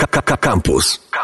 Campus.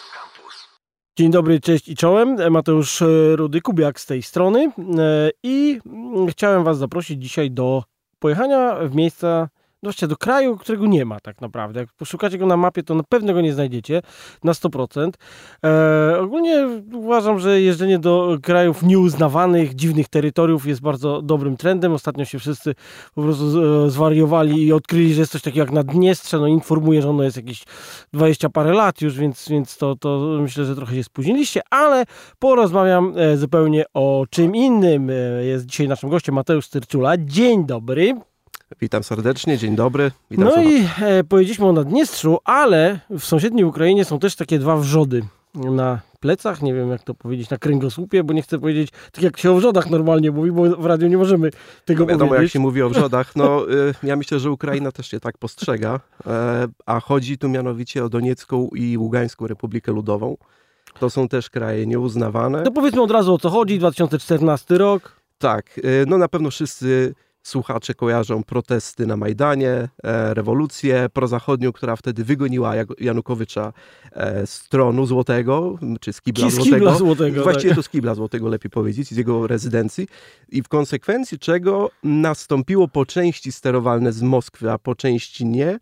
Dzień dobry, cześć i czołem. Mateusz Rudy, Kubiak z tej strony i chciałem Was zaprosić dzisiaj do pojechania w miejsca, właściwie do kraju, którego nie ma tak naprawdę. Jak poszukacie go na mapie, to na pewno go nie znajdziecie na 100%. Ogólnie uważam, że jeżdżenie do krajów nieuznawanych, dziwnych terytoriów jest bardzo dobrym trendem. Ostatnio się wszyscy po prostu zwariowali i odkryli, że jest coś takiego jak Naddniestrze. No informuję, że ono jest jakieś 20 parę lat już, więc to myślę, że trochę się spóźniliście, ale porozmawiam zupełnie o czym innym. Jest dzisiaj naszym gościem Mateusz Styrczula. Dzień dobry. Witam serdecznie, dzień dobry. Witam no słuchaczy. I powiedzieliśmy o Naddniestrzu, ale w sąsiedniej Ukrainie są też takie dwa wrzody na plecach, nie wiem jak to powiedzieć, na kręgosłupie, bo nie chcę powiedzieć tak jak się o wrzodach normalnie mówi, bo w radiu nie możemy tego wiadomo, powiedzieć. jak się mówi o wrzodach, no ja myślę, że Ukraina też się tak postrzega, a chodzi tu mianowicie o Doniecką i Ługańską Republikę Ludową. To są też kraje nieuznawane. To powiedzmy od razu o co chodzi, 2014 rok. Tak, no na pewno wszyscy słuchacze kojarzą protesty na Majdanie, rewolucję prozachodnią, która wtedy wygoniła Janukowycza z tronu złotego, czy z kibla złotego. Właściwie to z kibla złotego, lepiej powiedzieć, z jego rezydencji. I w konsekwencji czego nastąpiło po części sterowalne z Moskwy, a po części nie,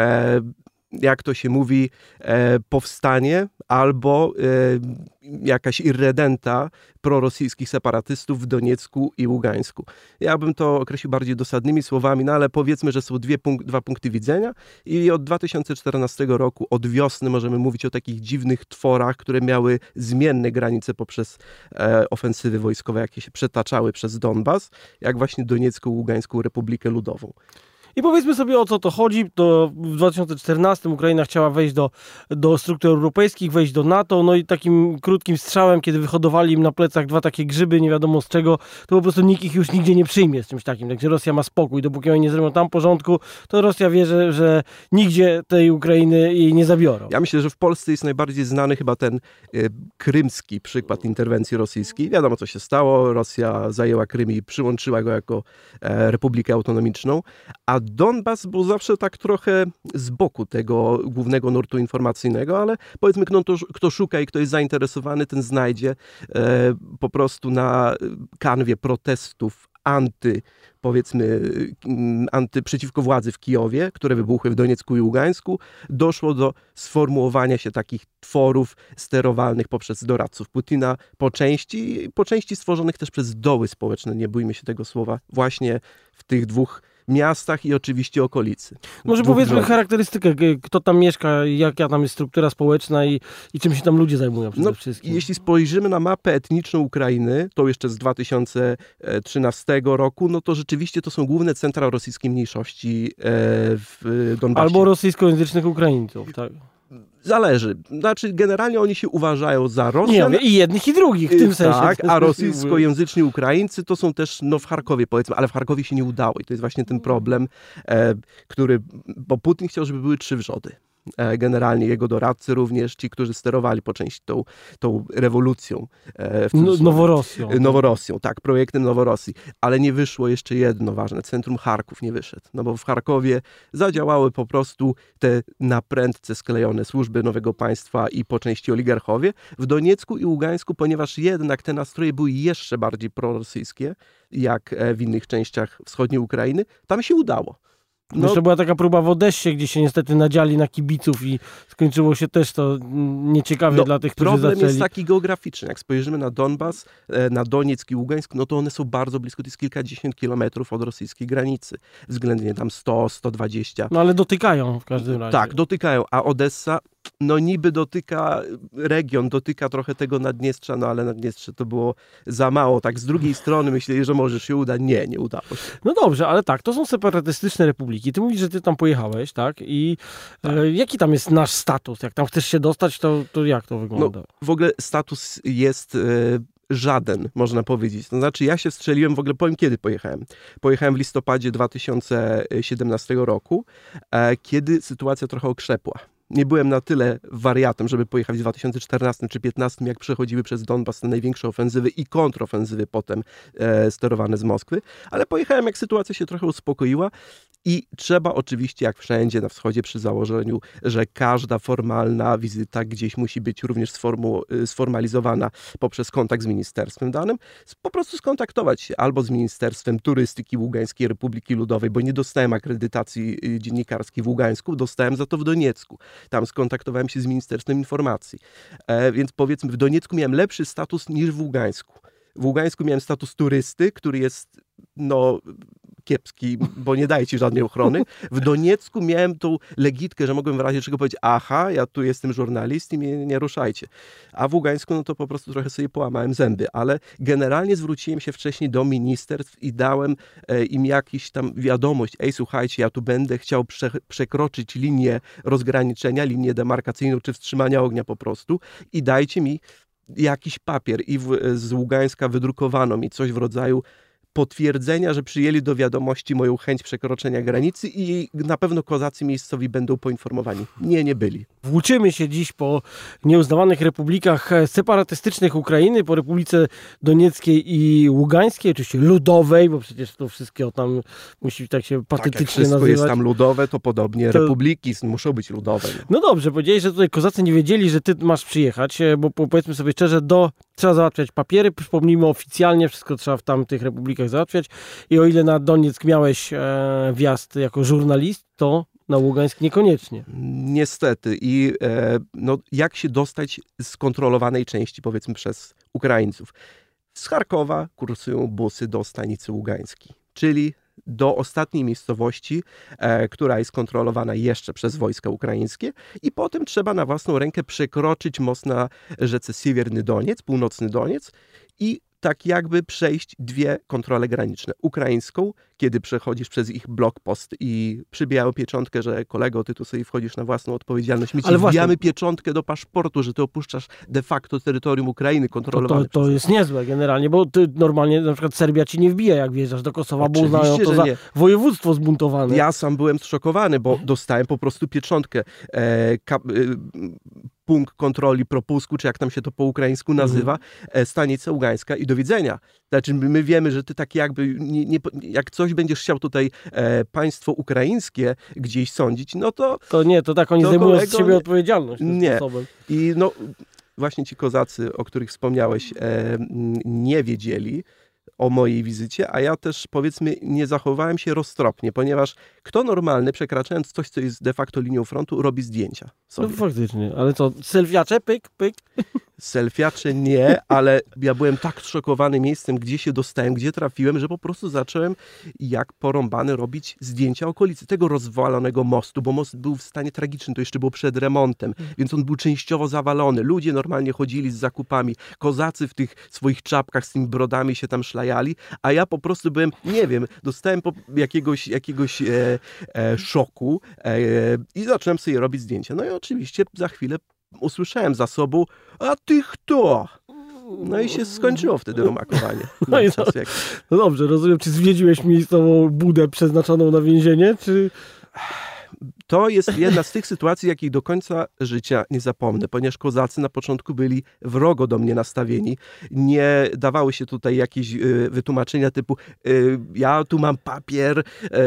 jak to się mówi, powstanie albo jakaś irredenta prorosyjskich separatystów w Doniecku i Ługańsku. Ja bym to określił bardziej dosadnymi słowami, no ale powiedzmy, że są dwa punkty widzenia i od 2014 roku, od wiosny możemy mówić o takich dziwnych tworach, które miały zmienne granice poprzez ofensywy wojskowe, jakie się przetaczały przez Donbas, jak właśnie Doniecką, Ługańską Republikę Ludową. I powiedzmy sobie o co to chodzi. To w 2014 Ukraina chciała wejść do struktur europejskich, wejść do NATO, no i takim krótkim strzałem, kiedy wyhodowali im na plecach dwa takie grzyby, nie wiadomo z czego, to po prostu nikt ich już nigdzie nie przyjmie z czymś takim. Także Rosja ma spokój. Dopóki oni nie zrobią tam porządku, to Rosja wie, że nigdzie tej Ukrainy jej nie zabiorą. Ja myślę, że w Polsce jest najbardziej znany chyba ten krymski przykład interwencji rosyjskiej. Wiadomo, co się stało. Rosja zajęła Krym i przyłączyła go jako republikę autonomiczną, a Donbas był zawsze tak trochę z boku tego głównego nurtu informacyjnego, ale powiedzmy, kto szuka i kto jest zainteresowany, ten znajdzie po prostu na kanwie protestów przeciwko władzy w Kijowie, które wybuchły w Doniecku i Ługańsku, doszło do sformułowania się takich tworów sterowalnych poprzez doradców Putina, po części stworzonych też przez doły społeczne, nie bójmy się tego słowa, właśnie w tych dwóch miastach i oczywiście okolicy. Może powiedzmy charakterystykę, kto tam mieszka, jaka tam jest struktura społeczna i czym się tam ludzie zajmują przede wszystkim. Jeśli spojrzymy na mapę etniczną Ukrainy, to jeszcze z 2013 roku, no to rzeczywiście to są główne centra rosyjskiej mniejszości w Donbasie. Albo rosyjskojęzycznych Ukraińców, tak. Zależy. Znaczy, generalnie oni się uważają za Rosjan. Nie, i jednych i drugich w tym sensie. Tak, a rosyjskojęzyczni Ukraińcy to są też w Charkowie, powiedzmy, ale w Charkowie się nie udało i to jest właśnie ten problem, bo Putin chciał, żeby były 3 wrzody. Generalnie jego doradcy również, ci, którzy sterowali po części tą rewolucją. Noworosją, tak, projektem Noworosji. Ale nie wyszło jeszcze jedno ważne, centrum Charków nie wyszedł. No bo w Charkowie zadziałały po prostu te na prędce sklejone służby nowego państwa i po części oligarchowie. W Doniecku i Ługańsku, ponieważ jednak te nastroje były jeszcze bardziej prorosyjskie, jak w innych częściach wschodniej Ukrainy, tam się udało. Jeszcze była taka próba w Odessie, gdzie się niestety nadziali na kibiców i skończyło się też to nieciekawie dla tych, którzy problem zaczęli. jest taki geograficzny. Jak spojrzymy na Donbas, na Donieck i Ługańsk, no to one są bardzo blisko, to jest kilkadziesiąt kilometrów od rosyjskiej granicy. Względnie tam 100, 120. No ale dotykają w każdym razie. Tak, dotykają, a Odessa no niby dotyka trochę tego Naddniestrza, no ale Naddniestrze to było za mało. Tak z drugiej strony myśleli, że może się uda. Nie udało się. No dobrze, ale tak, to są separatystyczne republiki. Ty mówisz, że ty tam pojechałeś, tak? I jaki tam jest nasz status? Jak tam chcesz się dostać, to jak to wygląda? No, w ogóle status jest żaden, można powiedzieć. To znaczy ja się wstrzeliłem, w ogóle powiem kiedy pojechałem. Pojechałem w listopadzie 2017 roku, kiedy sytuacja trochę okrzepła. nie byłem na tyle wariatem, żeby pojechać w 2014 czy 2015, jak przechodziły przez Donbas te największe ofensywy i kontrofensywy potem sterowane z Moskwy, ale pojechałem, jak sytuacja się trochę uspokoiła i trzeba oczywiście, jak wszędzie na wschodzie, przy założeniu, że każda formalna wizyta gdzieś musi być również sformalizowana poprzez kontakt z ministerstwem danym, po prostu skontaktować się albo z Ministerstwem Turystyki Ługańskiej Republiki Ludowej, bo nie dostałem akredytacji dziennikarskiej w Ługańsku, dostałem za to w Doniecku. Tam skontaktowałem się z Ministerstwem Informacji. Więc powiedzmy, w Doniecku miałem lepszy status niż w Ługańsku. W Ługańsku miałem status turysty, który jest kiepski, bo nie daje ci żadnej ochrony. W Doniecku miałem tą legitkę, że mogłem w razie czego powiedzieć, aha, ja tu jestem żurnalist i mnie nie ruszajcie. A w Ługańsku, to po prostu trochę sobie połamałem zęby, ale generalnie zwróciłem się wcześniej do ministerstw i dałem im jakiś tam wiadomość, słuchajcie, ja tu będę chciał przekroczyć linię rozgraniczenia, linię demarkacyjną, czy wstrzymania ognia po prostu i dajcie mi jakiś papier. I z Ługańska wydrukowano mi coś w rodzaju potwierdzenia, że przyjęli do wiadomości moją chęć przekroczenia granicy i na pewno kozacy miejscowi będą poinformowani. Nie byli. Włóczymy się dziś po nieuznawanych republikach separatystycznych Ukrainy, po Republice Donieckiej i Ługańskiej, oczywiście ludowej, bo przecież to wszystko tam musi tak się patetycznie wszystko nazywać. Jest tam ludowe, to podobnie republiki muszą być ludowe. No dobrze, powiedziałeś, że tutaj kozacy nie wiedzieli, że ty masz przyjechać, bo powiedzmy sobie szczerze, trzeba załatwiać papiery, przypomnijmy oficjalnie, wszystko trzeba w tamtych republikach załatwiać i o ile na Donieck miałeś wjazd jako żurnalist, to na Ługańsk niekoniecznie. Niestety. I jak się dostać z kontrolowanej części, powiedzmy, przez Ukraińców? Z Charkowa kursują busy do stanicy ługańskiej, czyli do ostatniej miejscowości, która jest kontrolowana jeszcze przez wojska ukraińskie i potem trzeba na własną rękę przekroczyć most na rzece Siewierny Doniec, północny Doniec i tak jakby przejść dwie kontrole graniczne. Ukraińską, kiedy przechodzisz przez ich blokpost i przybijają pieczątkę, że kolego, ty tu sobie wchodzisz na własną odpowiedzialność. My ci wbijamy pieczątkę do paszportu, że ty opuszczasz de facto terytorium Ukrainy kontrolowane. To jest niezłe generalnie, bo ty normalnie na przykład Serbia ci nie wbija, jak wjeżdżasz do Kosowa, bo uznają to za województwo zbuntowane. Ja sam byłem zszokowany, bo dostałem po prostu pieczątkę. Punkt kontroli propusku, czy jak tam się to po ukraińsku nazywa, stanica ługańska i do widzenia. Znaczy my wiemy, że ty tak jakby, jak coś będziesz chciał tutaj państwo ukraińskie gdzieś sądzić, no to... To tak, oni zdejmują z siebie odpowiedzialność. Nie. I właśnie ci kozacy, o których wspomniałeś, nie wiedzieli o mojej wizycie, a ja też, powiedzmy, nie zachowałem się roztropnie, ponieważ kto normalny, przekraczając coś, co jest de facto linią frontu, robi zdjęcia sobie. No faktycznie, ale to selfiacze, pyk? Selfiacze nie, ale ja byłem tak zszokowany miejscem, gdzie się dostałem, gdzie trafiłem, że po prostu zacząłem jak porąbany robić zdjęcia okolicy tego rozwalonego mostu, bo most był w stanie tragicznym, to jeszcze było przed remontem, więc on był częściowo zawalony. Ludzie normalnie chodzili z zakupami, kozacy w tych swoich czapkach z tymi brodami się tam szlajali, a ja po prostu byłem, nie wiem, dostałem jakiegoś szoku i zacząłem sobie robić zdjęcia. No i oczywiście za chwilę usłyszałem za sobą, a ty kto? No i się skończyło wtedy rumakowanie. No dobrze, rozumiem, czy zwiedziłeś miejscową budę przeznaczoną na więzienie, czy... To jest jedna z tych sytuacji, jakich do końca życia nie zapomnę, ponieważ kozacy na początku byli wrogo do mnie nastawieni. Nie dawały się tutaj jakieś wytłumaczenia typu ja tu mam papier,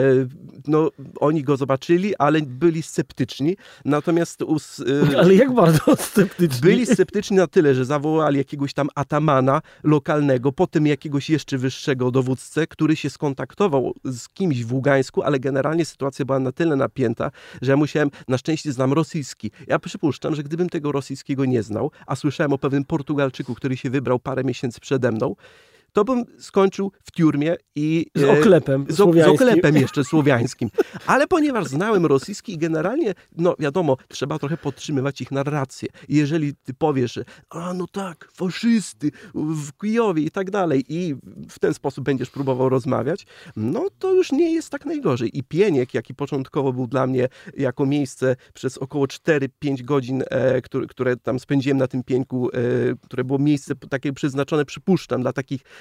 oni go zobaczyli, ale byli sceptyczni. Natomiast... Ale jak bardzo sceptyczni? Byli sceptyczni na tyle, że zawołali jakiegoś tam atamana lokalnego, potem jakiegoś jeszcze wyższego dowódcę, który się skontaktował z kimś w Ługańsku, ale generalnie sytuacja była na tyle napięta, że ja musiałem, na szczęście znam rosyjski. Ja przypuszczam, że gdybym tego rosyjskiego nie znał, a słyszałem o pewnym Portugalczyku, który się wybrał parę miesięcy przede mną, to bym skończył w tiurmie i... Z oklepem z oklepem jeszcze słowiańskim. Ale ponieważ znałem rosyjski i generalnie, wiadomo, trzeba trochę podtrzymywać ich narrację. I jeżeli ty powiesz, że faszysty w Kijowie i tak dalej i w ten sposób będziesz próbował rozmawiać, to już nie jest tak najgorzej. I Pieniek, jaki początkowo był dla mnie jako miejsce przez około 4-5 godzin, które tam spędziłem na tym Pieńku, które było miejsce takie przeznaczone, przypuszczam, dla takich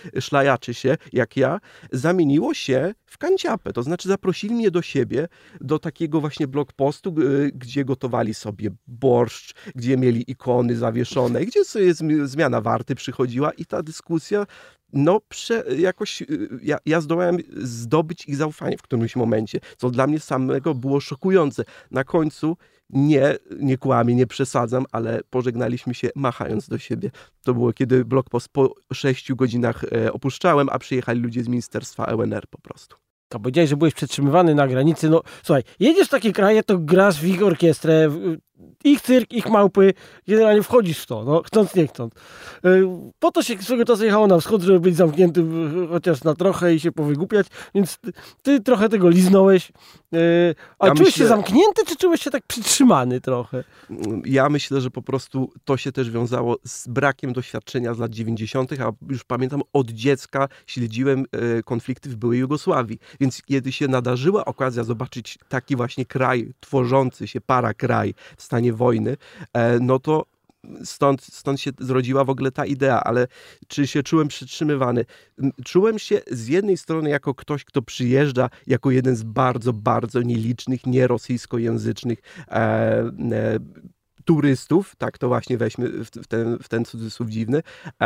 szlajaczy się, jak ja, zamieniło się w kanciapę. To znaczy zaprosili mnie do siebie, do takiego właśnie blogpostu, gdzie gotowali sobie borszcz, gdzie mieli ikony zawieszone, gdzie sobie zmiana warty przychodziła i ta dyskusja, no jakoś ja zdołałem zdobyć ich zaufanie w którymś momencie, co dla mnie samego było szokujące. Na końcu nie kłamię, nie przesadzam, ale pożegnaliśmy się machając do siebie. To było, kiedy blogpost po 6 godzinach opuszczałem, a przyjechali ludzie z Ministerstwa EUNR po prostu. To powiedziałeś, że byłeś przetrzymywany na granicy. No słuchaj, jedziesz w takie kraje, to grasz w ich orkiestrę, ich cyrk, ich małpy, generalnie wchodzisz w to, no chcąc nie chcąc. Po to się swego czasu jechało na wschód, żeby być zamkniętym chociaż na trochę i się powygłupiać, więc ty trochę tego liznąłeś. A ja czułeś się zamknięty, czy czułeś się tak przytrzymany trochę? Ja myślę, że po prostu to się też wiązało z brakiem doświadczenia z lat 90., a już pamiętam, od dziecka śledziłem konflikty w byłej Jugosławii, więc kiedy się nadarzyła okazja zobaczyć taki właśnie kraj, tworzący się parakraj w stanie wojny, no to stąd się zrodziła w ogóle ta idea, ale czy się czułem przytrzymywany? Czułem się z jednej strony jako ktoś, kto przyjeżdża jako jeden z bardzo, bardzo nielicznych, nierosyjskojęzycznych turystów, tak to właśnie weźmy w ten cudzysłów dziwny,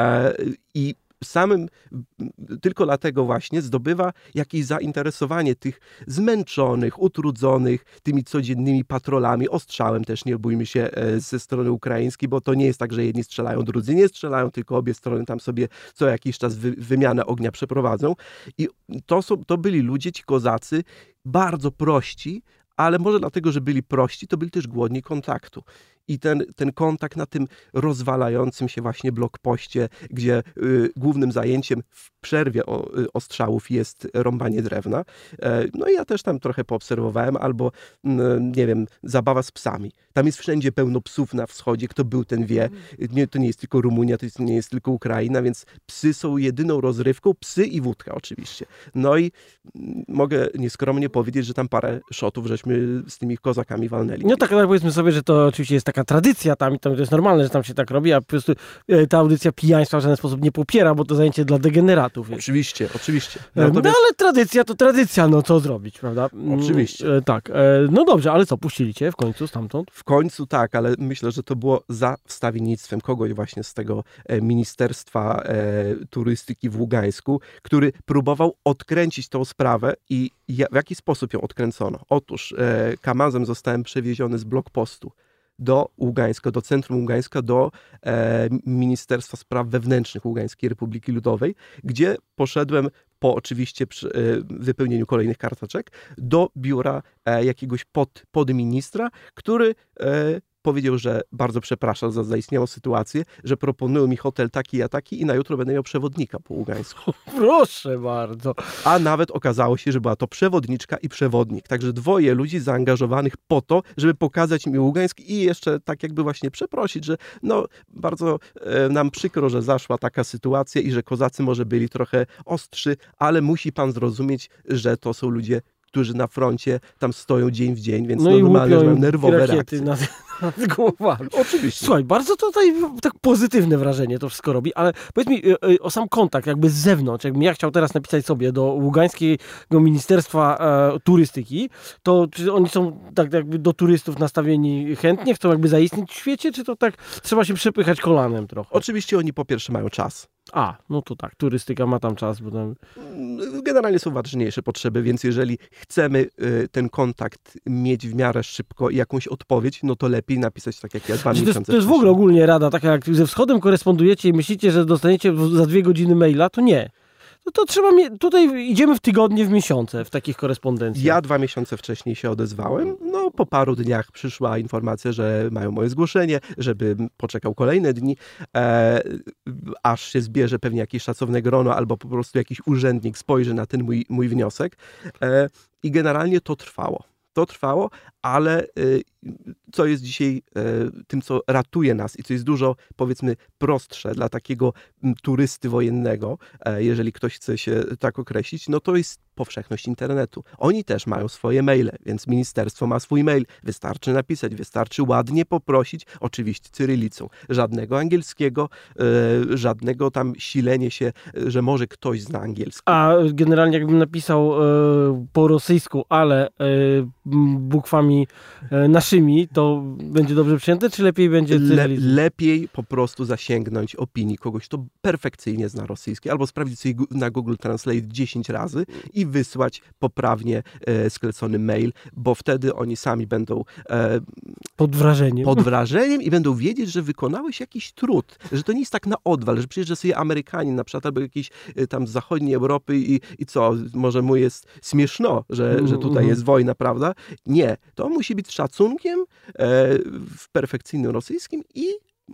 i samym tylko dlatego właśnie zdobywa jakieś zainteresowanie tych zmęczonych, utrudzonych tymi codziennymi patrolami, ostrzałem też, nie bójmy się, ze strony ukraińskiej, bo to nie jest tak, że jedni strzelają, drudzy nie strzelają, tylko obie strony tam sobie co jakiś czas wymianę ognia przeprowadzą. I to byli ludzie, ci kozacy, bardzo prości, ale może dlatego, że byli prości, to byli też głodni kontaktu. I ten kontakt na tym rozwalającym się właśnie blogpoście, gdzie głównym zajęciem w przerwie ostrzałów jest rąbanie drewna. No i ja też tam trochę poobserwowałem, albo nie wiem, zabawa z psami. Tam jest wszędzie pełno psów na wschodzie, kto był, ten wie. To nie jest tylko Rumunia, to nie jest tylko Ukraina, więc psy są jedyną rozrywką, psy i wódka oczywiście. No i mogę nieskromnie powiedzieć, że tam parę shotów żeśmy z tymi kozakami walnęli. No tak, ale powiedzmy sobie, że to oczywiście jest taka tradycja tam i to jest normalne, że tam się tak robi, a po prostu ta audycja pijaństwa w żaden sposób nie popiera, bo to zajęcie dla degeneratów jest. Oczywiście. Natomiast... No ale tradycja to tradycja, no co zrobić, prawda? Oczywiście. Tak. No dobrze, ale co, puścili cię w końcu stamtąd? W końcu tak, ale myślę, że to było za wstawiennictwem kogoś właśnie z tego Ministerstwa Turystyki w Ługańsku, który próbował odkręcić tą sprawę i w jaki sposób ją odkręcono? Otóż Kamazem zostałem przewieziony z blogpostu do Ługańska, do centrum Ługańska, do Ministerstwa Spraw Wewnętrznych Ługańskiej Republiki Ludowej, gdzie poszedłem po oczywiście wypełnieniu kolejnych karteczek do biura jakiegoś podministra, który powiedział, że bardzo przepraszam za zaistniałą sytuację, że proponują mi hotel taki a taki i na jutro będę miał przewodnika po ługańsku. Proszę bardzo. A nawet okazało się, że była to przewodniczka i przewodnik. Także dwoje ludzi zaangażowanych po to, żeby pokazać mi Ługańsk i jeszcze tak jakby właśnie przeprosić, że no bardzo nam przykro, że zaszła taka sytuacja i że kozacy może byli trochę ostrzy, ale musi pan zrozumieć, że to są ludzie, którzy na froncie tam stoją dzień w dzień, więc no normalnie, że mają nerwowe reakcje. Nad głowami. Oczywiście. Słuchaj, bardzo tutaj tak pozytywne wrażenie to wszystko robi, ale powiedz mi o sam kontakt jakby z zewnątrz. Jakbym ja chciał teraz napisać sobie do Ługańskiego Ministerstwa Turystyki, to czy oni są tak jakby do turystów nastawieni chętnie, chcą jakby zaistnieć w świecie, czy to tak trzeba się przepychać kolanem trochę? Oczywiście oni po pierwsze mają czas. No to tak, turystyka ma tam czas, bo tam... Generalnie są ważniejsze potrzeby, więc jeżeli chcemy ten kontakt mieć w miarę szybko i jakąś odpowiedź, no to lepiej napisać tak jak ja 2 miesiące To jest w ogóle ogólnie rada, taka jak ze wschodem korespondujecie i myślicie, że dostaniecie za 2 godziny maila, to nie. To trzeba tutaj idziemy w tygodnie, w miesiące w takich korespondencjach. Ja 2 miesiące wcześniej się odezwałem. No po paru dniach przyszła informacja, że mają moje zgłoszenie, żebym poczekał kolejne dni, aż się zbierze pewnie jakieś szacowne grono albo po prostu jakiś urzędnik spojrzy na ten mój wniosek. I generalnie to trwało. Ale co jest dzisiaj tym, co ratuje nas i co jest dużo, powiedzmy, prostsze dla takiego turysty wojennego, jeżeli ktoś chce się tak określić, no to jest powszechność internetu. Oni też mają swoje maile, więc ministerstwo ma swój mail. Wystarczy napisać, wystarczy ładnie poprosić, oczywiście cyrylicą. Żadnego angielskiego, żadnego tam silenia się, że może ktoś zna angielski. A generalnie jakbym napisał po rosyjsku, ale bukwami naszymi, to będzie dobrze przyjęte, czy lepiej będzie cyrylicą? Lepiej po prostu zasięgnąć opinii kogoś, kto perfekcyjnie zna rosyjski, albo sprawdzić sobie na Google Translate 10 razy i wysłać poprawnie sklecony mail, bo wtedy oni sami będą pod wrażeniem i będą wiedzieć, że wykonałeś jakiś trud, że to nie jest tak na odwal, że przyjeżdża sobie Amerykanin na przykład, albo jakiś tam z zachodniej Europy i co, może mu jest śmieszno, że tutaj jest wojna, prawda? Nie, to musi być szacunkiem w perfekcyjnym rosyjskim i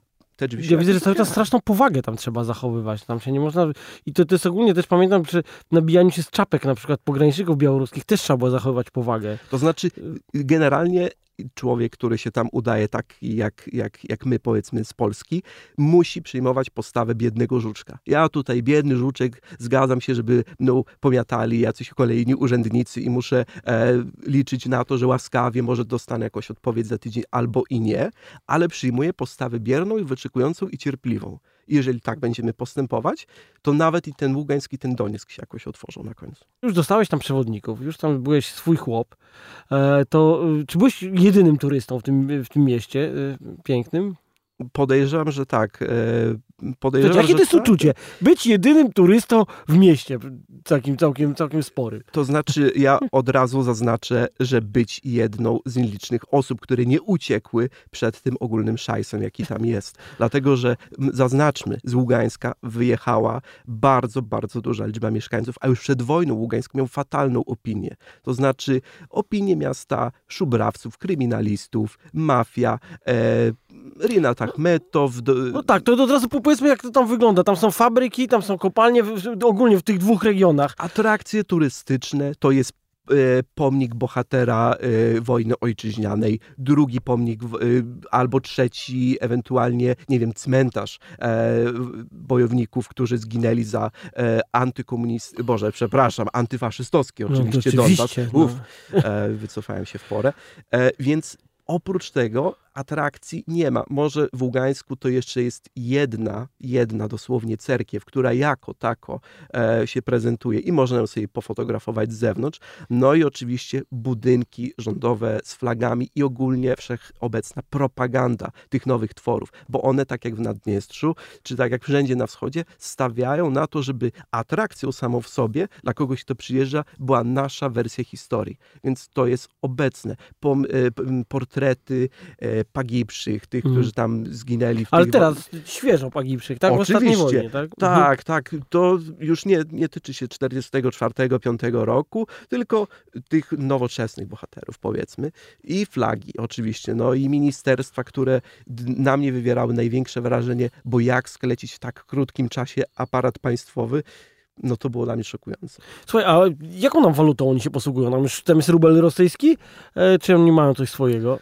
ja widzę, że cały czas straszną powagę tam trzeba zachowywać. Tam się nie można... I to jest ogólnie, też pamiętam, przy nabijaniu się z czapek na przykład pograniczników białoruskich też trzeba było zachowywać powagę. To znaczy, generalnie człowiek, który się tam udaje taki jak my, powiedzmy, z Polski, musi przyjmować postawę biednego żuczka. Ja tutaj biedny żuczek, zgadzam się, żeby mną pomiatali jacyś kolejni urzędnicy i muszę liczyć na to, że łaskawie może dostanę jakąś odpowiedź za tydzień albo i nie, ale przyjmuję postawę bierną i wyczekującą i cierpliwą. I jeżeli tak będziemy postępować, to nawet i ten Ługańsk i ten Donieck się jakoś otworzą na końcu. Już dostałeś tam przewodników, już tam byłeś swój chłop. To czy byłeś jedynym turystą w tym mieście pięknym? Podejrzewam, że tak. Jakie to jest uczucie? Być jedynym turystą w mieście, całkiem spory. To znaczy, ja od razu zaznaczę, że być jedną z nielicznych osób, które nie uciekły przed tym ogólnym szajsem, jaki tam jest. Dlatego, że zaznaczmy, z Ługańska wyjechała bardzo, bardzo duża liczba mieszkańców, a już przed wojną Ługańsk miał fatalną opinię. To znaczy, opinię miasta szubrawców, kryminalistów, mafia, Rinat Achmetow. No tak, to od razu powiedzmy, jak to tam wygląda. Tam są fabryki, tam są kopalnie, ogólnie w tych dwóch regionach. Atrakcje turystyczne to jest pomnik bohatera wojny ojczyźnianej, drugi pomnik albo trzeci, ewentualnie, nie wiem, cmentarz bojowników, którzy zginęli za antyfaszystowskie oczywiście Donbas. Wycofałem się w porę. Więc oprócz tego atrakcji nie ma. Może w Ługańsku to jeszcze jest jedna dosłownie cerkiew, która jako tako się prezentuje i można ją sobie pofotografować z zewnątrz. No i oczywiście budynki rządowe z flagami i ogólnie wszechobecna propaganda tych nowych tworów, bo one, tak jak w Naddniestrzu, czy tak jak wszędzie na wschodzie, stawiają na to, żeby atrakcją samą w sobie dla kogoś, kto przyjeżdża, była nasza wersja historii. Więc to jest obecne. Portrety pagibszych, tych, którzy tam zginęli. Ale teraz świeżo pagibszych, tak? W ostatniej wojnie, tak? Tak. To już nie tyczy się 44-45 roku, tylko tych nowoczesnych bohaterów, powiedzmy. I flagi oczywiście, no i ministerstwa, które na mnie wywierały największe wrażenie, bo jak sklecić w tak krótkim czasie aparat państwowy, no to było dla mnie szokujące. Słuchaj, a jaką tam walutą oni się posługują? Tam jest rubel rosyjski? Czy oni mają coś swojego?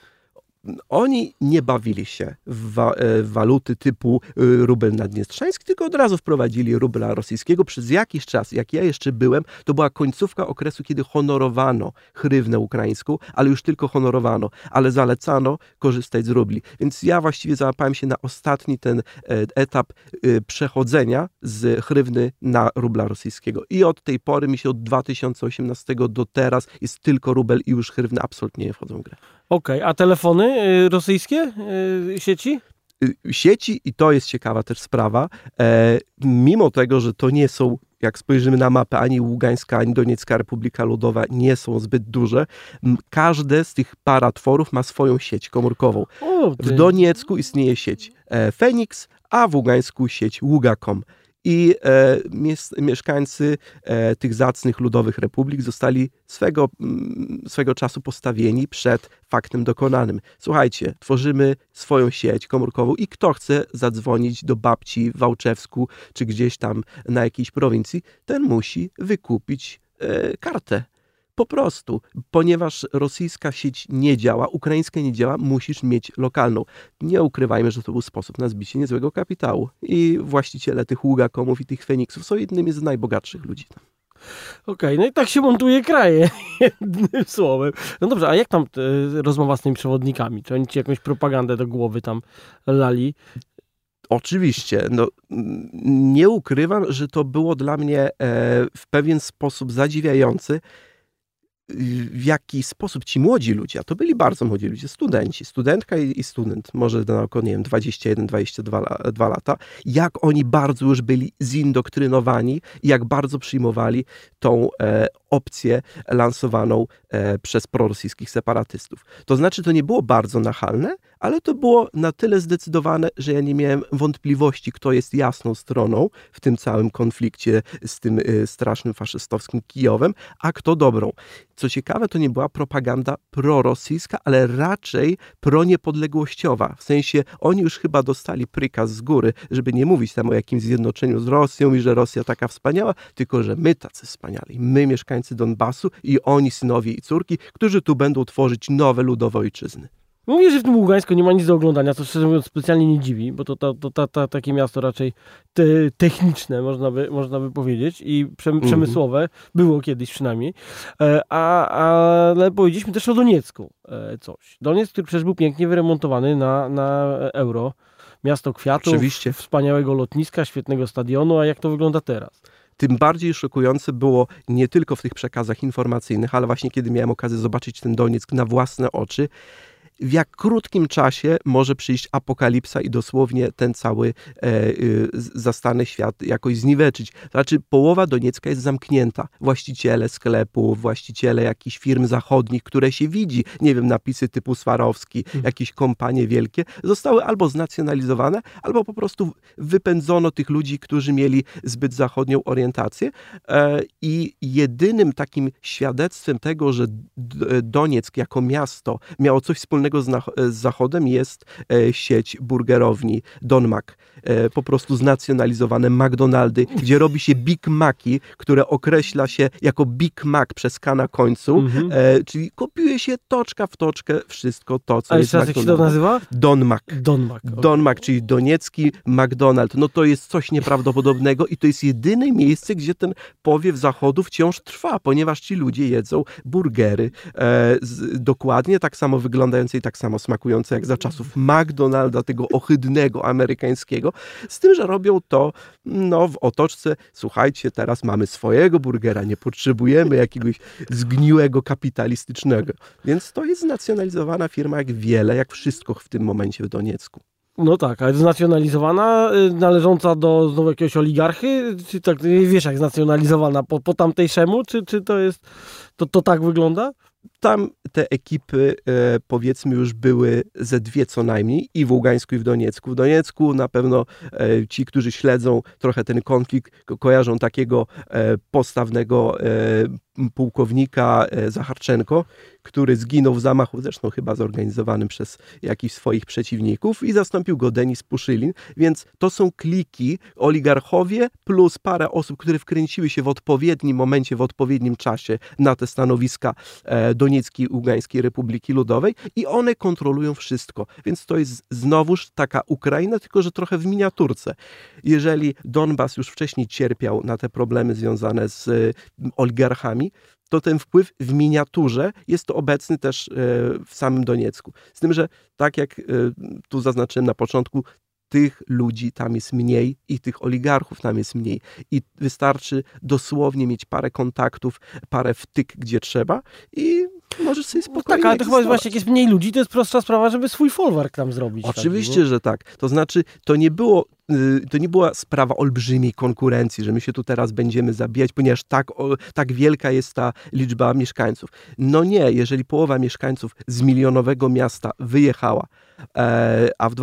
Oni nie bawili się w waluty typu rubel naddniestrzański, tylko od razu wprowadzili rubla rosyjskiego. Przez jakiś czas, jak ja jeszcze byłem, to była końcówka okresu, kiedy honorowano hrywnę ukraińską, ale już tylko honorowano, ale zalecano korzystać z rubli. Więc ja właściwie załapałem się na ostatni ten etap przechodzenia z hrywny na rubla rosyjskiego. I od tej pory mi się od 2018 do teraz jest tylko rubel i już hrywny absolutnie nie wchodzą w grę. Okej, a telefony rosyjskie sieci? Sieci, i to jest ciekawa też sprawa, mimo tego, że to nie są, jak spojrzymy na mapę, ani Ługańska, ani Doniecka Republika Ludowa nie są zbyt duże, każde z tych paratworów ma swoją sieć komórkową. W Doniecku istnieje sieć Feniks, a w Ługańsku sieć Ługacom. I mieszkańcy tych zacnych ludowych republik zostali swego czasu postawieni przed faktem dokonanym. Słuchajcie, tworzymy swoją sieć komórkową i kto chce zadzwonić do babci w Wałczewsku, czy gdzieś tam na jakiejś prowincji, ten musi wykupić kartę. Po prostu, ponieważ rosyjska sieć nie działa, ukraińska nie działa, musisz mieć lokalną. Nie ukrywajmy, że to był sposób na zbicie niezłego kapitału. I właściciele tych Ługacomów i tych Feniksów są jednymi z najbogatszych ludzi tam. Okej, no i tak się montuje kraje, jednym słowem. No dobrze, a jak tam rozmowa z tymi przewodnikami? Czy oni ci jakąś propagandę do głowy tam lali? Oczywiście. No, nie ukrywam, że to było dla mnie w pewien sposób zadziwiające, w jaki sposób ci młodzi ludzie, a to byli bardzo młodzi ludzie, studenci, studentka i student, może na około, nie wiem, 21-22 lata, jak oni bardzo już byli zindoktrynowani i jak bardzo przyjmowali tą opcję lansowaną przez prorosyjskich separatystów. To znaczy, to nie było bardzo nachalne, ale to było na tyle zdecydowane, że ja nie miałem wątpliwości, kto jest jasną stroną w tym całym konflikcie z tym strasznym faszystowskim Kijowem, a kto dobrą. Co ciekawe, to nie była propaganda prorosyjska, ale raczej proniepodległościowa. W sensie oni już chyba dostali prykaz z góry, żeby nie mówić tam o jakimś zjednoczeniu z Rosją i że Rosja taka wspaniała, tylko że my tacy wspaniali. My, mieszkańcy Donbasu i oni, synowie i córki, którzy tu będą tworzyć nowe ludowe ojczyzny. Mówię, że w tym Ługańsku nie ma nic do oglądania, co szczerze mówiąc specjalnie nie dziwi, bo to takie miasto raczej techniczne, można by powiedzieć, i przemysłowe, było kiedyś przynajmniej, ale powiedzieliśmy też o Doniecku coś. Donieck, który przecież był pięknie wyremontowany na euro, miasto kwiatów, Oczywiście. Wspaniałego lotniska, świetnego stadionu, a jak to wygląda teraz? Tym bardziej szokujące było nie tylko w tych przekazach informacyjnych, ale właśnie kiedy miałem okazję zobaczyć ten Donieck na własne oczy, w jak krótkim czasie może przyjść apokalipsa i dosłownie ten cały zastany świat jakoś zniweczyć. Znaczy połowa Doniecka jest zamknięta. Właściciele sklepów, właściciele jakichś firm zachodnich, które się widzi, nie wiem, napisy typu Swarowski, jakieś kompanie wielkie, zostały albo znacjonalizowane, albo po prostu wypędzono tych ludzi, którzy mieli zbyt zachodnią orientację. I jedynym takim świadectwem tego, że Donieck jako miasto miało coś wspólnego z Zachodem, jest sieć burgerowni Donmak. Po prostu znacjonalizowane McDonaldy, gdzie robi się Big Maci, które określa się jako Big Mac przez K na końcu, czyli kopiuje się toczka w toczkę wszystko to, co jest McDonald's. Jak się to nazywa? Donmak. Donmak, czyli doniecki McDonald. No to jest coś nieprawdopodobnego i to jest jedyne miejsce, gdzie ten powiew Zachodu wciąż trwa, ponieważ ci ludzie jedzą burgery dokładnie tak samo wyglądające i tak samo smakujące jak za czasów McDonalda, tego ohydnego amerykańskiego, z tym, że robią to w otoczce, słuchajcie, teraz mamy swojego burgera, nie potrzebujemy jakiegoś zgniłego kapitalistycznego. Więc to jest znacjonalizowana firma jak wszystko w tym momencie w Doniecku. No tak, ale znacjonalizowana, należąca do znowu jakiegoś oligarchy? Czy tak, wiesz, jak znacjonalizowana po tamtejszemu? Czy to jest, to tak wygląda? Tam te ekipy, powiedzmy, już były ze dwie co najmniej, i w Ługańsku, i w Doniecku. W Doniecku na pewno ci, którzy śledzą trochę ten konflikt, kojarzą takiego postawnego pułkownika Zacharczenko, który zginął w zamachu, zresztą chyba zorganizowanym przez jakichś swoich przeciwników, i zastąpił go Denis Puszylin. Więc to są kliki, oligarchowie plus parę osób, które wkręciły się w odpowiednim momencie, w odpowiednim czasie na te stanowiska Donieckiej Ługańskiej Republiki Ludowej i one kontrolują wszystko. Więc to jest znowuż taka Ukraina, tylko że trochę w miniaturce. Jeżeli Donbas już wcześniej cierpiał na te problemy związane z oligarchami, to ten wpływ w miniaturze jest to obecny też w samym Doniecku. Z tym, że tak jak tu zaznaczyłem na początku, tych ludzi tam jest mniej i tych oligarchów tam jest mniej. I wystarczy dosłownie mieć parę kontaktów, parę wtyk, gdzie trzeba, i możesz sobie spokojnie. Tak, ale to chyba właśnie jak jest mniej ludzi, to jest prostsza sprawa, żeby swój folwark tam zrobić. Oczywiście, że tak. To znaczy, to nie była sprawa olbrzymiej konkurencji, że my się tu teraz będziemy zabijać, ponieważ tak wielka jest ta liczba mieszkańców. No nie, jeżeli połowa mieszkańców z milionowego miasta wyjechała, a w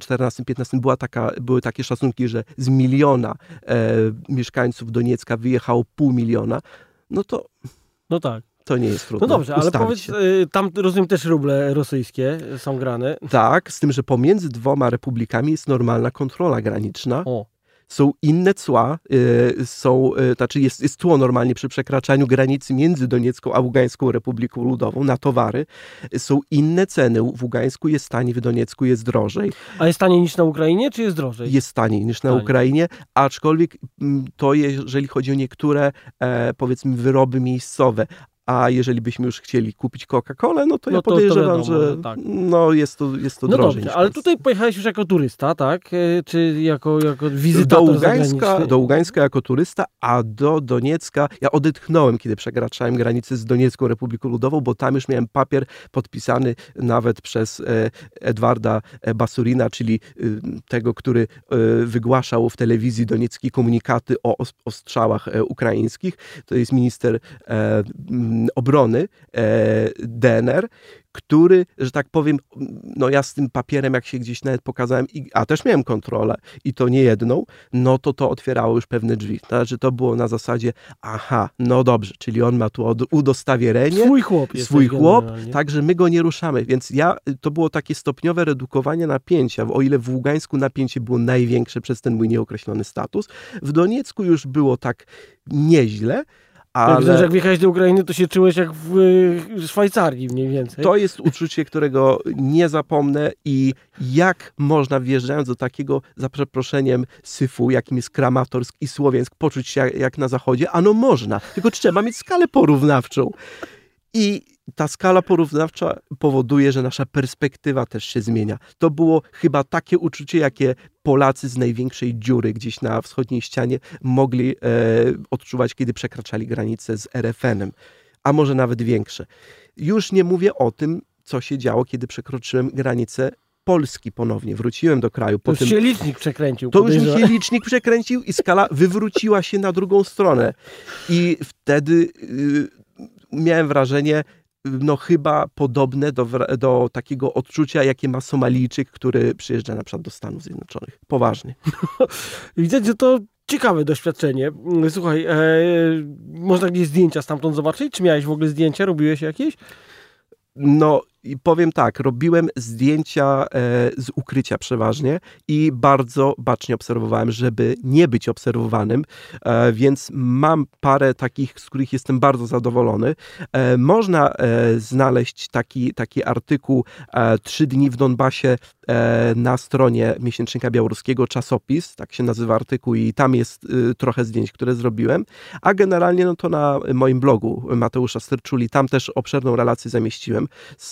2014-2015 były takie szacunki, że z 1 miliona mieszkańców Doniecka wyjechało 500 000, no to... No tak. To nie jest trudno. No dobrze, ale powiedz, tam rozumiem też ruble rosyjskie są grane. Tak, z tym, że pomiędzy dwoma republikami jest normalna kontrola graniczna. są inne cła, znaczy jest cło normalnie przy przekraczaniu granicy między Doniecką a Ługańską Republiką Ludową na towary. Są inne ceny. W Ługańsku jest taniej, w Doniecku jest drożej. A jest taniej niż na Ukrainie, czy jest drożej? Jest taniej niż na Ukrainie, aczkolwiek to jeżeli chodzi o niektóre, powiedzmy, wyroby miejscowe. A jeżeli byśmy już chcieli kupić Coca-Colę, no to ja podejrzewam, wiadomo, że tak. No jest to No drożej. dobrze, ale tutaj pojechałeś już jako turysta, tak? Czy jako wizytator zagraniczny? Do Ługańska jako turysta, a do Doniecka ja odetchnąłem, kiedy przekraczałem granicę z Doniecką Republiką Ludową, bo tam już miałem papier podpisany nawet przez Edwarda Basurina, czyli tego, który wygłaszał w telewizji donieckiej komunikaty o ostrzałach ukraińskich. To jest minister obrony DNR, który, że tak powiem, no ja z tym papierem, jak się gdzieś nawet pokazałem, a też miałem kontrolę i to nie jedną, no to otwierało już pewne drzwi. Znaczy to było na zasadzie, aha, no dobrze, czyli on ma tu udostawierenie. Swój chłop, także my go nie ruszamy. Więc to było takie stopniowe redukowanie napięcia. O ile w Ługańsku napięcie było największe przez ten mój nieokreślony status, w Doniecku już było tak nieźle. Ale jak wjechałeś do Ukrainy, to się czułeś jak w Szwajcarii mniej więcej. To jest uczucie, którego nie zapomnę i jak można, wjeżdżając do takiego, za przeproszeniem, syfu, jakim jest Kramatorsk i Słowiańsk, poczuć się jak na zachodzie? Ano można, tylko trzeba mieć skalę porównawczą. I ta skala porównawcza powoduje, że nasza perspektywa też się zmienia. To było chyba takie uczucie, jakie Polacy z największej dziury gdzieś na wschodniej ścianie mogli odczuwać, kiedy przekraczali granicę z RFN-em, a może nawet większe. Już nie mówię o tym, co się działo, kiedy przekroczyłem granicę Polski ponownie. Wróciłem do kraju. To już się licznik przekręcił. To już mi się licznik przekręcił i skala wywróciła się na drugą stronę. I wtedy miałem wrażenie, no chyba podobne do takiego odczucia, jakie ma Somalijczyk, który przyjeżdża na przykład do Stanów Zjednoczonych. Poważnie. Widać, że to ciekawe doświadczenie. Słuchaj, można gdzieś zdjęcia stamtąd zobaczyć? Czy miałeś w ogóle zdjęcia? Robiłeś jakieś? No i powiem tak, robiłem zdjęcia z ukrycia przeważnie i bardzo bacznie obserwowałem, żeby nie być obserwowanym, więc mam parę takich, z których jestem bardzo zadowolony. Można znaleźć taki artykuł 3 dni w Donbasie na stronie miesięcznika białoruskiego Czasopis, tak się nazywa artykuł i tam jest trochę zdjęć, które zrobiłem, a generalnie no to na moim blogu Mateusza Styrczuli, tam też obszerną relację zamieściłem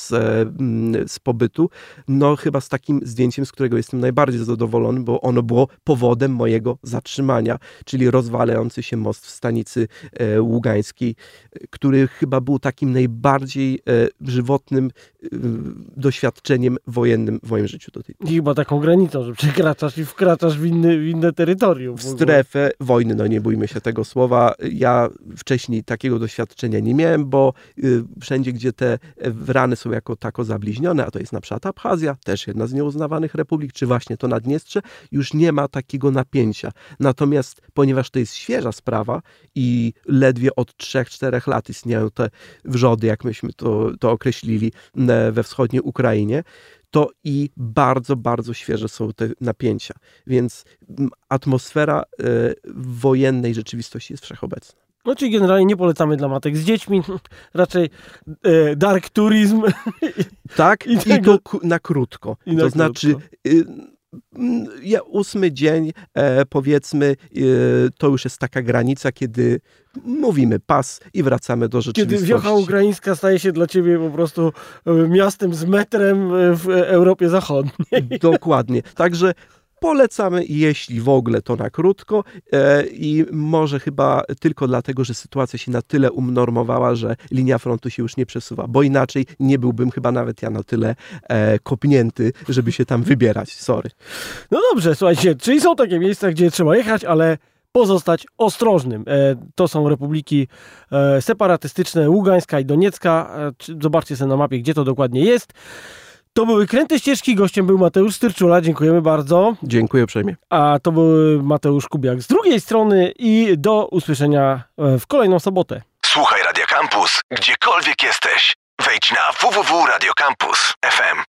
z pobytu, no chyba z takim zdjęciem, z którego jestem najbardziej zadowolony, bo ono było powodem mojego zatrzymania, czyli rozwalający się most w stanicy ługańskiej, który chyba był takim najbardziej żywotnym doświadczeniem wojennym w moim życiu do tej pory. I chyba taką granicą, że przekraczasz i wkraczasz w inne terytorium. W strefę wojny, no nie bójmy się tego słowa. Ja wcześniej takiego doświadczenia nie miałem, bo wszędzie, gdzie te rany są jako tako zabliźnione, a to jest na przykład Abchazja, też jedna z nieuznawanych republik, czy właśnie to Naddniestrze, już nie ma takiego napięcia. Natomiast, ponieważ to jest świeża sprawa i ledwie od 3-4 lat istnieją te wrzody, jak myśmy to określili, we wschodniej Ukrainie, to i bardzo, bardzo świeże są te napięcia. Więc atmosfera wojennej rzeczywistości jest wszechobecna. No, czyli generalnie nie polecamy dla matek z dziećmi, raczej dark tourism. Tak, i to na krótko. To znaczy, 8 dzień, powiedzmy, to już jest taka granica, kiedy mówimy pas i wracamy do rzeczywistości. Kiedy wiocha ukraińska staje się dla ciebie po prostu miastem z metrem w Europie Zachodniej. Dokładnie. Także polecamy, jeśli w ogóle, to na krótko i może chyba tylko dlatego, że sytuacja się na tyle unormowała, że linia frontu się już nie przesuwa, bo inaczej nie byłbym chyba nawet ja na tyle kopnięty, żeby się tam wybierać. Sorry. No dobrze, słuchajcie, czyli są takie miejsca, gdzie trzeba jechać, ale pozostać ostrożnym. To są republiki separatystyczne Ługańska i Doniecka. Zobaczcie sobie na mapie, gdzie to dokładnie jest. To były Kręte Ścieżki, gościem był Mateusz Styrczula, dziękujemy bardzo. Dziękuję uprzejmie. A to był Mateusz Kubiak z drugiej strony i do usłyszenia w kolejną sobotę. Słuchaj Radio Campus, gdziekolwiek jesteś. Wejdź na www.radiocampus.fm.